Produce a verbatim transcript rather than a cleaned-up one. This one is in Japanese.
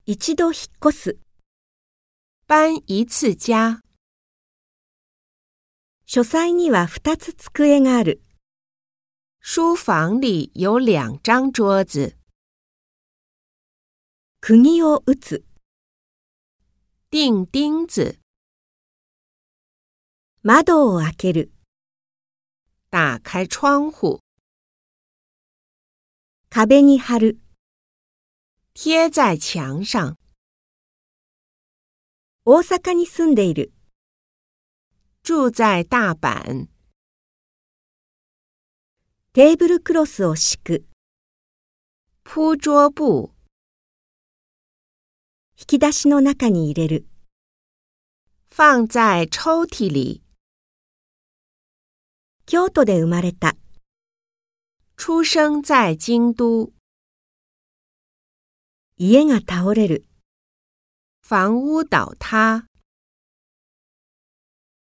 一度引っ越す。 搬一次家。 書斎には二つ机がある。 书房里有两张桌子。 釘を打つ。 钉钉子。 窓を開ける。 打开窗户。 壁に貼る。 贴在墙上。 大阪に住んでいる。 住在大阪。 テーブルクロスを敷く。 铺桌布。 引き出しの中に入れる。 放在抽屉里。 京都で生まれた。 出生在京都。 家が倒れる。 房屋倒塌。